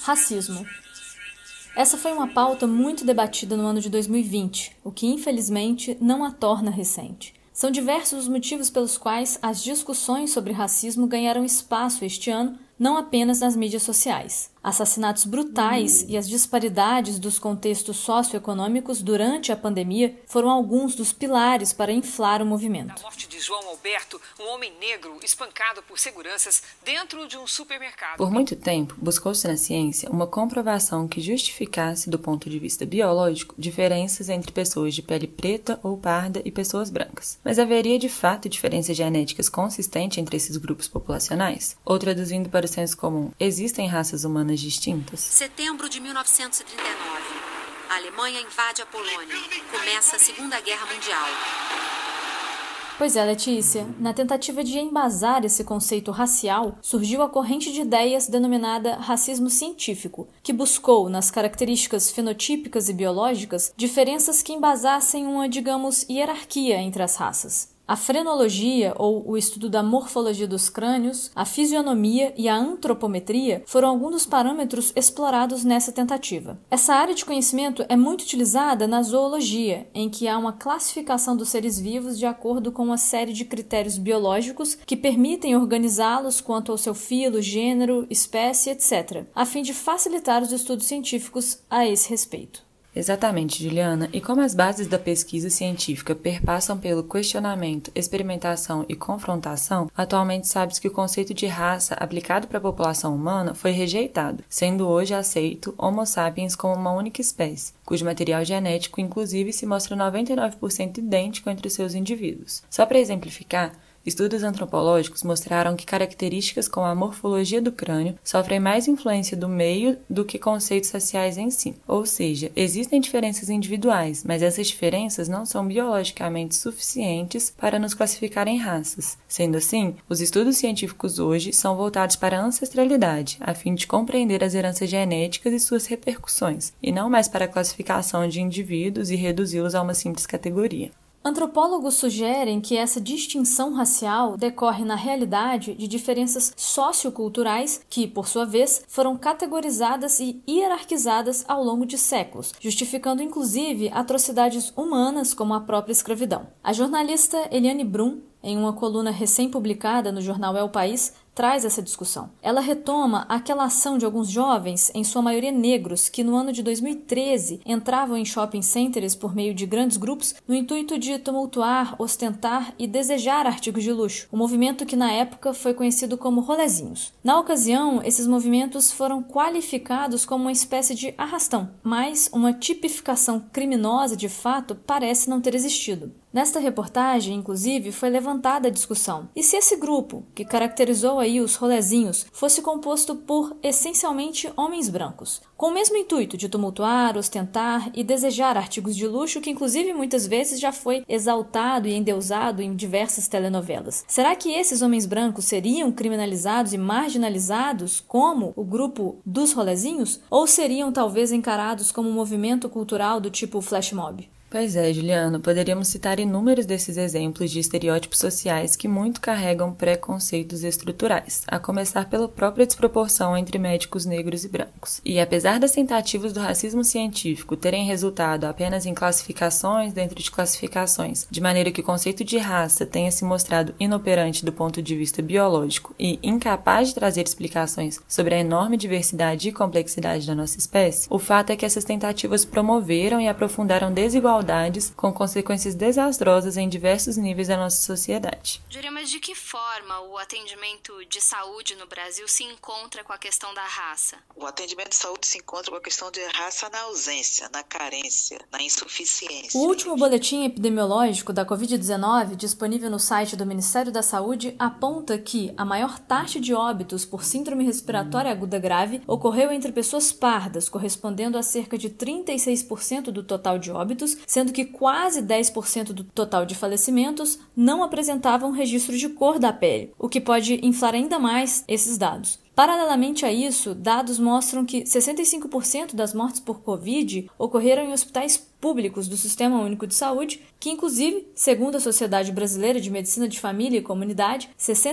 Racismo. Essa foi uma pauta muito debatida no ano de 2020, o que infelizmente não a torna recente. São diversos os motivos pelos quais as discussões sobre racismo ganharam espaço este ano, não apenas nas mídias sociais. Assassinatos brutais e as disparidades dos contextos socioeconômicos durante a pandemia foram alguns dos pilares para inflar o movimento. A morte de João Alberto, um homem negro espancado por seguranças dentro de um supermercado. Por muito tempo, buscou-se na ciência uma comprovação que justificasse, do ponto de vista biológico, diferenças entre pessoas de pele preta ou parda e pessoas brancas. Mas haveria de fato diferenças genéticas consistentes entre esses grupos populacionais? Ou traduzindo para o senso comum, existem raças humanas distintas? Setembro de 1939. A Alemanha invade a Polônia. Começa a Segunda Guerra Mundial. Pois é, Letícia, na tentativa de embasar esse conceito racial, surgiu a corrente de ideias denominada racismo científico, que buscou, nas características fenotípicas e biológicas, diferenças que embasassem uma, digamos, hierarquia entre as raças. A frenologia, ou o estudo da morfologia dos crânios, a fisionomia e a antropometria foram alguns dos parâmetros explorados nessa tentativa. Essa área de conhecimento é muito utilizada na zoologia, em que há uma classificação dos seres vivos de acordo com uma série de critérios biológicos que permitem organizá-los quanto ao seu filo, gênero, espécie, etc., a fim de facilitar os estudos científicos a esse respeito. Exatamente, Juliana. E como as bases da pesquisa científica perpassam pelo questionamento, experimentação e confrontação, atualmente sabe-se que o conceito de raça aplicado para a população humana foi rejeitado, sendo hoje aceito Homo sapiens como uma única espécie, cujo material genético, inclusive, se mostra 99% idêntico entre seus indivíduos. Só para exemplificar, estudos antropológicos mostraram que características como a morfologia do crânio sofrem mais influência do meio do que conceitos raciais em si. Ou seja, existem diferenças individuais, mas essas diferenças não são biologicamente suficientes para nos classificar em raças. Sendo assim, os estudos científicos hoje são voltados para a ancestralidade, a fim de compreender as heranças genéticas e suas repercussões, e não mais para a classificação de indivíduos e reduzi-los a uma simples categoria. Antropólogos sugerem que essa distinção racial decorre, na realidade, de diferenças socioculturais que, por sua vez, foram categorizadas e hierarquizadas ao longo de séculos, justificando inclusive atrocidades humanas como a própria escravidão. A jornalista Eliane Brum, em uma coluna recém-publicada no jornal El País, traz essa discussão. Ela retoma aquela ação de alguns jovens, em sua maioria negros, que no ano de 2013 entravam em shopping centers por meio de grandes grupos no intuito de tumultuar, ostentar e desejar artigos de luxo, um movimento que na época foi conhecido como rolezinhos. Na ocasião, esses movimentos foram qualificados como uma espécie de arrastão, mas uma tipificação criminosa de fato parece não ter existido. Nesta reportagem, inclusive, foi levantada a discussão. E se esse grupo, que caracterizou aí os rolezinhos, fosse composto por, essencialmente, homens brancos, com o mesmo intuito de tumultuar, ostentar e desejar artigos de luxo que, inclusive, muitas vezes já foi exaltado e endeusado em diversas telenovelas? Será que esses homens brancos seriam criminalizados e marginalizados como o grupo dos rolezinhos? Ou seriam, talvez, encarados como um movimento cultural do tipo flash mob? Pois é, Juliana, poderíamos citar inúmeros desses exemplos de estereótipos sociais que muito carregam preconceitos estruturais, a começar pela própria desproporção entre médicos negros e brancos. E apesar das tentativas do racismo científico terem resultado apenas em classificações dentro de classificações, de maneira que o conceito de raça tenha se mostrado inoperante do ponto de vista biológico e incapaz de trazer explicações sobre a enorme diversidade e complexidade da nossa espécie, o fato é que essas tentativas promoveram e aprofundaram desigualdades com consequências desastrosas em diversos níveis da nossa sociedade. Júlia, mas de que forma o atendimento de saúde no Brasil se encontra com a questão da raça? O atendimento de saúde se encontra com a questão de raça na ausência, na carência, na insuficiência. O último boletim epidemiológico da Covid-19, disponível no site do Ministério da Saúde, aponta que a maior taxa de óbitos por síndrome respiratória aguda grave ocorreu entre pessoas pardas, correspondendo a cerca de 36% do total de óbitos, sendo que quase 10% do total de falecimentos não apresentavam registro de cor da pele, o que pode inflar ainda mais esses dados. Paralelamente a isso, dados mostram que 65% das mortes por Covid ocorreram em hospitais públicos do Sistema Único de Saúde, que inclusive, segundo a Sociedade Brasileira de Medicina de Família e Comunidade,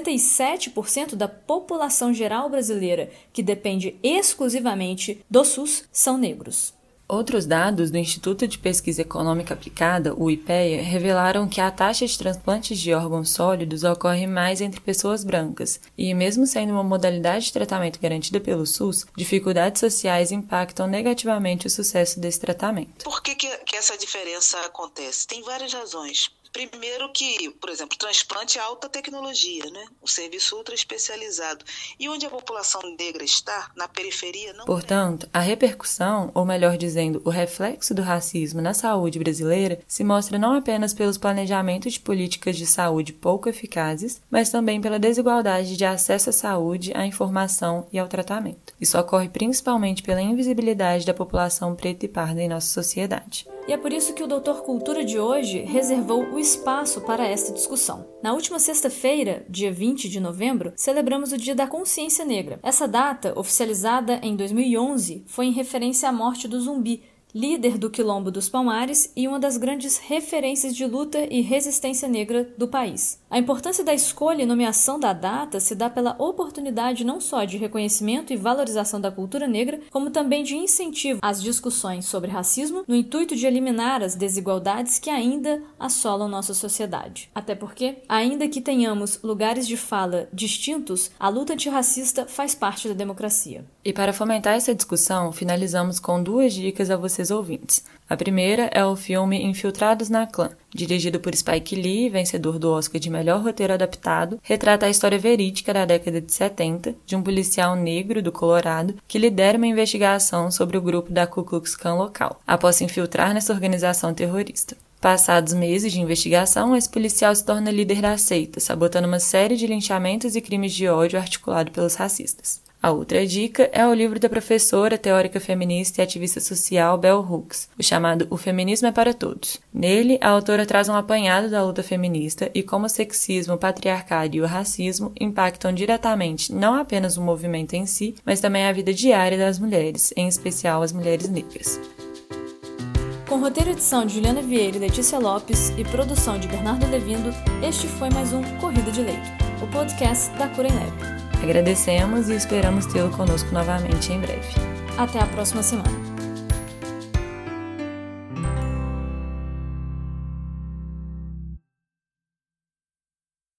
67% da população geral brasileira, que depende exclusivamente do SUS, são negros. Outros dados do Instituto de Pesquisa Econômica Aplicada, o IPEA, revelaram que a taxa de transplantes de órgãos sólidos ocorre mais entre pessoas brancas, e mesmo sendo uma modalidade de tratamento garantida pelo SUS, dificuldades sociais impactam negativamente o sucesso desse tratamento. Por que essa diferença acontece? Tem várias razões. Primeiro que, por exemplo, transplante é alta tecnologia, né? Um serviço ultra especializado. E onde a população negra está, na periferia, não. Portanto, a repercussão, ou melhor dizendo, o reflexo do racismo na saúde brasileira se mostra não apenas pelos planejamentos de políticas de saúde pouco eficazes, mas também pela desigualdade de acesso à saúde, à informação e ao tratamento. Isso ocorre principalmente pela invisibilidade da população preta e parda em nossa sociedade. E é por isso que o Doutor Cultura de hoje reservou o espaço para esta discussão. Na última sexta-feira, dia 20 de novembro, celebramos o Dia da Consciência Negra. Essa data, oficializada em 2011, foi em referência à morte do Zumbi, líder do Quilombo dos Palmares e uma das grandes referências de luta e resistência negra do país. A importância da escolha e nomeação da data se dá pela oportunidade não só de reconhecimento e valorização da cultura negra, como também de incentivo às discussões sobre racismo, no intuito de eliminar as desigualdades que ainda assolam nossa sociedade. Até porque, ainda que tenhamos lugares de fala distintos, a luta antirracista faz parte da democracia. E para fomentar essa discussão, finalizamos com 2 dicas a vocês ouvintes. A primeira é o filme Infiltrados na Clã, dirigido por Spike Lee, vencedor do Oscar de melhor roteiro adaptado, retrata a história verídica da década de 70 de um policial negro do Colorado que lidera uma investigação sobre o grupo da Ku Klux Klan local, após se infiltrar nessa organização terrorista. Passados meses de investigação, esse policial se torna líder da seita, sabotando uma série de linchamentos e crimes de ódio articulado pelos racistas. A outra dica é o livro da professora, teórica feminista e ativista social Bell Hooks, o chamado O Feminismo é para Todos. Nele, a autora traz um apanhado da luta feminista e como o sexismo, o patriarcado e o racismo impactam diretamente não apenas o movimento em si, mas também a vida diária das mulheres, em especial as mulheres negras. Com roteiro e edição de Juliana Vieira e Letícia Lopes e produção de Bernardo Levindo, este foi mais um Corrida de Leito, o podcast da Cura em Lab. Agradecemos e esperamos tê-lo conosco novamente em breve. Até a próxima semana.